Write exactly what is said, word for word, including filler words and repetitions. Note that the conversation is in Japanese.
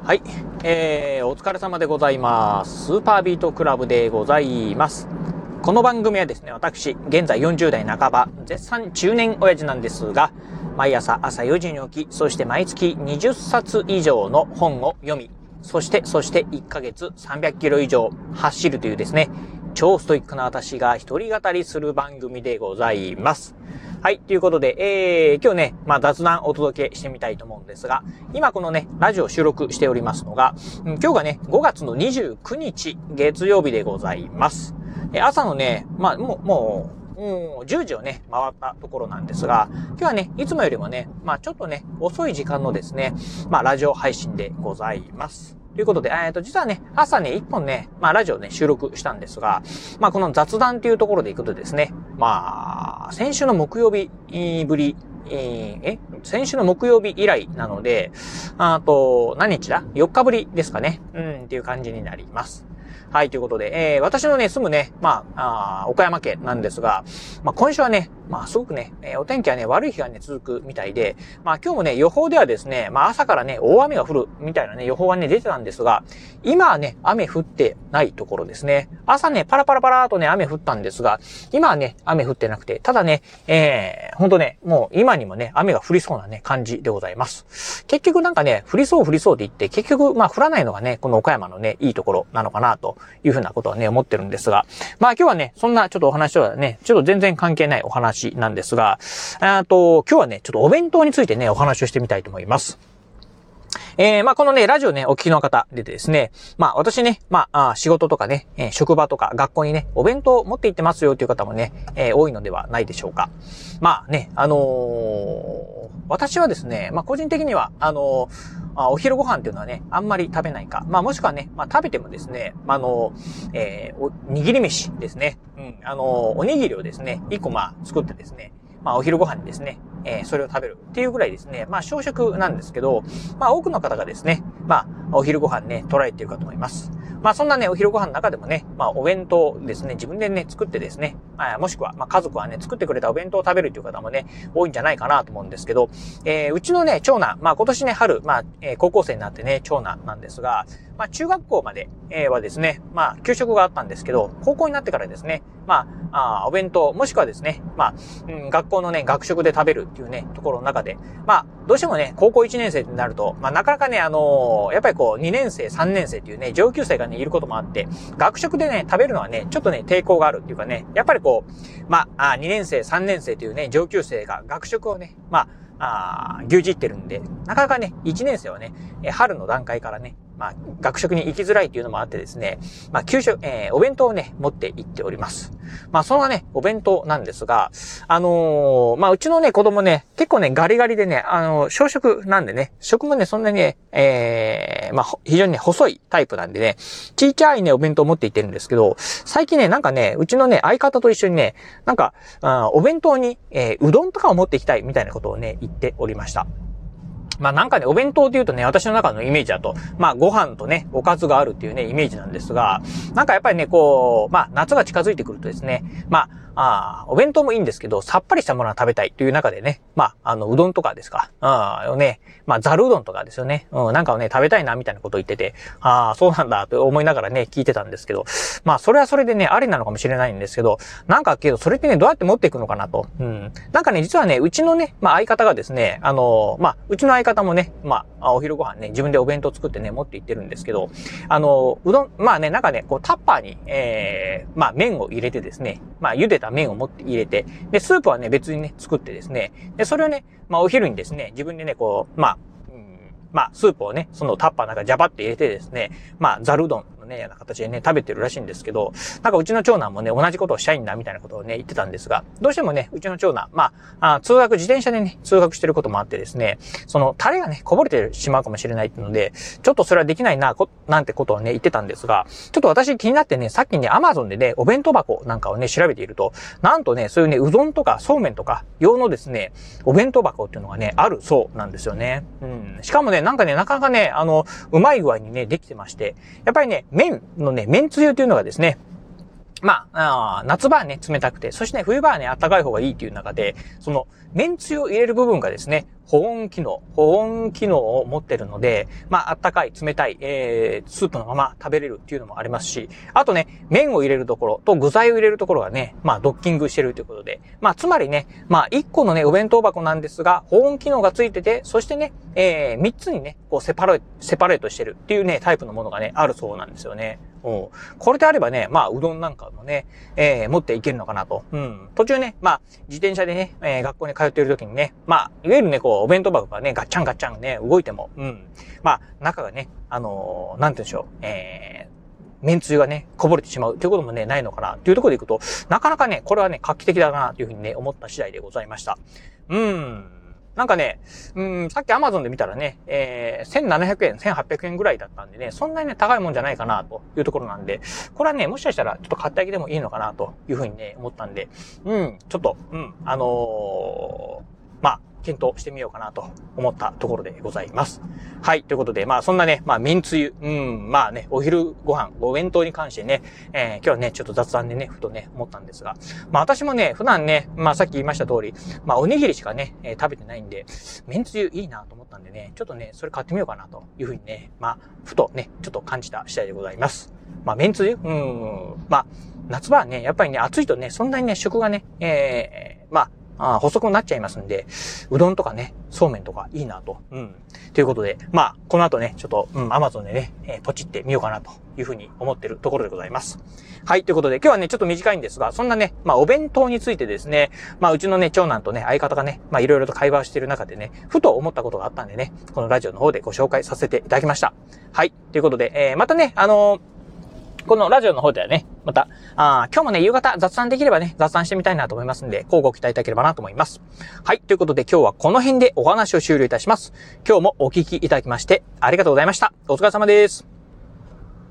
はい、えー、お疲れ様でございます。スーパービートクラブでございます。この番組はですね、私、現在よんじゅう代半ば、絶賛中年親父なんですが、毎朝朝よじに起き、そして毎月にじゅっさつ以上の本を読み、そして、そしていっかげつさんびゃくキロ以上走るというですね、超ストイックな私が一人語りする番組でございます。はい。ということで、えー、今日ね、まあ雑談お届けしてみたいと思うんですが、今このね、ラジオ収録しておりますのが、うん、今日がね、ごがつのにじゅうくにち、月曜日でございます。え朝のね、まあもう、もう、もうじゅうじをね、回ったところなんですが、今日はね、いつもよりもね、まあちょっとね、遅い時間のですね、まあラジオ配信でございます。ということで、えっと、実はね、朝ね、一本ね、まあ、ラジオね、収録したんですが、まあ、この雑談っていうところでいくとですね、まあ、先週の木曜日ぶり、えー、え先週の木曜日以来なので、あと、何日だ ?よっかぶりですかね。うん、っていう感じになります。はい、ということで、えー、私のね、住むね、まあ、あ岡山県なんですが、まあ、今週はね、まあ、すごくね、えー、お天気はね、悪い日がね、続くみたいで、まあ、今日もね、予報ではですね、まあ、朝からね、大雨が降るみたいなね、予報はね、出てたんですが、今はね、雨降ってないところですね。朝ね、パラパラパラーとね、雨降ったんですが、今はね、雨降ってなくて、ただね、えー、ほんとね、もう今にもね、雨が降りそうなね、感じでございます。結局なんかね、降りそう降りそうって言って、結局、まあ、降らないのがね、この岡山のね、いいところなのかな、というふうなことはね、思ってるんですが、まあ、今日はね、そんなちょっとお話とはね、ちょっと全然関係ないお話なんですが、あと、今日はね、ちょっとお弁当についてね、お話をしてみたいと思います。えー、まあ、このね、ラジオね、お聞きの方でですね、まあ、私ね、まあ、あ仕事とかね、えー、職場とか学校にね、お弁当を持って行ってますよという方もね、えー、多いのではないでしょうか。まあね、あのー、私はですね、まあ、個人的には、あのー、あお昼ご飯っていうのはね、あんまり食べないか。まあ、もしくはね、まあ、食べてもですね、あのー、えー、お、握り飯ですね。うん、あのー、おにぎりをですね、一個まあ、作ってですね、まあ、お昼ご飯にですね、えー、それを食べるっていうぐらいですね、まあ、小食なんですけど、まあ、多くの方がですね、まあ、お昼ご飯ね、捉えているかと思います。まあ、そんなね、お昼ご飯の中でもね、まあ、お弁当ですね、自分でね、作ってですね、まあ、もしくは、まあ、家族はね、作ってくれたお弁当を食べるという方もね、多いんじゃないかなと思うんですけど、えー、うちのね、長男、まあ、今年ね、春、まあ、えー、高校生になってね、長男なんですが、まあ、中学校まで、えー、はですね、まあ、給食があったんですけど、高校になってからですね、まあ、あお弁当、もしくはですね、まあ、うん、学校のね、学食で食べるっていうね、ところの中で、まあ、どうしてもね、高校いちねん生になると、まあ、なかなかね、あのー、やっぱりこう、にねん生、さんねん生っていうね、上級生がね、いることもあって、学食でね、食べるのはね、ちょっとね、抵抗があるっていうかね、やっぱりこう、まあ、にねん生、さんねん生というね、上級生が学食をね、まあ、あ牛耳ってるんで、なかなかね、いちねん生はね、春の段階からね、まあ、学食に行きづらいっていうのもあってですね、まあ、給食、えー、お弁当をね、持って行っております。まあ、そのね、お弁当なんですが、あのー、まあ、うちのね、子供ね、結構ね、ガリガリでね、あのー、小食なんでね、食もね、そんなにね、えー、まあ、非常にね、細いタイプなんでね、ちっちゃいね、お弁当を持って行ってるんですけど、最近ね、なんかね、うちのね、相方と一緒にね、なんか、あお弁当に、えー、うどんとかを持って行きたいみたいなことをね、言っておりました。まあなんかね、お弁当って言うとね、私の中のイメージだと、まあご飯とね、おかずがあるっていうね、イメージなんですが、なんかやっぱりね、こう、まあ夏が近づいてくるとですね、まあ、あお弁当もいいんですけど、さっぱりしたものが食べたいという中でね、まあ、あの、うどんとかですか、ああ、ね、まあ、ざるうどんとかですよね、うん、なんかをね、食べたいな、みたいなことを言ってて、ああ、そうなんだ、と思いながらね、聞いてたんですけど、まあ、それはそれでね、ありなのかもしれないんですけど、なんかけど、それってね、どうやって持っていくのかなと、うん。なんかね、実はね、うちのね、まあ、相方がですね、あの、まあ、うちの相方もね、まあ、お昼ご飯ね、自分でお弁当作ってね、持って行ってるんですけど、あの、うどん、まあね、なんかね、こう、タッパーに、ええー、まあ、麺を入れてですね、まあ、茹でた麺を持って入れて、で、スープはね、別にね、作ってですね、で、それをね、まあ、お昼にですね、自分でね、こう、まあ、うん、まあ、スープをね、そのタッパーなんかジャバって入れてですね、まあ、ざるうどんのね、ような形でね、食べてるらしいんですけど、なんかうちの長男もね、同じことをしたいんだ、みたいなことをね、言ってたんですが、どうしてもね、うちの長男、まあ、あ通学、自転車でね、通学してることもあってですね、その、タレがね、こぼれてしまうかもしれないっていうので、ちょっとそれはできないな、こなんてことをね、言ってたんですが、ちょっと私気になってね、さっきね、アマゾンでね、お弁当箱なんかをね、調べていると、なんとね、そういうね、うどんとかそうめんとか用のですね、お弁当箱っていうのがね、あるそうなんですよね。うん。しかもね、なんかね、なかなかね、あの、うまい具合にね、できてまして、やっぱりね、麺のね、麺つゆというのがですね、 まあ、あ夏場はね、冷たくて、そしてね、冬場はね、暖かい方がいいっていう中で、その、麺つゆを入れる部分がですね、保温機能、保温機能を持ってるので、まあ、暖かい、冷たい、えー、スープのまま食べれるっていうのもありますし、あとね、麺を入れるところと具材を入れるところがね、まあ、ドッキングしてるということで、まあ、つまりね、まあ、いっこのね、お弁当箱なんですが、保温機能がついてて、そしてね、えー、みっつにね、こう、セパレ、セパレートしてるっていうね、タイプのものがね、あるそうなんですよね。うん。これであればね、まあ、うどんなんかもね、えー、持っていけるのかなと。うん。途中ね、まあ、自転車でね、えー、学校に通っている時にね、まあ、いわゆるね、こう、お弁当箱がね、ガッチャンガッチャンね、動いても、うん。まあ、中がね、あのー、なんて言うんでしょう、えー、麺つゆがね、こぼれてしまうということもね、ないのかな、というところでいくと、なかなかね、これはね、画期的だな、というふうにね、思った次第でございました。うん。なんかね、うん、さっき Amazon で見たらね、えー、せんななひゃくえん、せんはっぴゃくえんぐらいだったんでね、そんなにね、高いもんじゃないかな、というところなんで、これはね、もしかしたら、ちょっと買ってあげてもいいのかな、というふうにね、思ったんで、うん、ちょっと、うん、あのー、まあ、検討してみようかなと思ったところでございます。はい。ということで、まあそんなね、まあ麺つゆ、うん、まあね、お昼ご飯、お弁当に関してね、えー、今日はね、ちょっと雑談でね、ふとね、思ったんですが、まあ私もね、普段ね、まあさっき言いました通り、まあおにぎりしかね、えー、食べてないんで、麺つゆいいなと思ったんでね、ちょっとね、それ買ってみようかなというふうにね、まあ、ふとね、ちょっと感じた次第でございます。まあ麺つゆ、うん、まあ、夏場はね、やっぱりね、暑いとね、そんなにね、食がね、えー、まあ、あ細くなっちゃいますんで、うどんとかね、そうめんとかいいなと。うん。ということで、まあ、この後ね、ちょっと、うん、Amazon でね、えー、ポチってみようかなというふうに思ってるところでございます。はい、ということで、今日はね、ちょっと短いんですが、そんなね、まあ、お弁当についてですね、まあ、うちのね、長男とね、相方がね、まあ、いろいろと会話をしている中でね、ふと思ったことがあったんでね、このラジオの方でご紹介させていただきました。はい、ということで、えー、またね、あのー、このラジオの方ではね、また、あ今日もね、夕方雑談できればね、雑談してみたいなと思いますんで、交互期待いただければなと思います。はい。ということで今日はこの辺でお話を終了いたします。今日もお聞きいただきまして、ありがとうございました。お疲れ様です。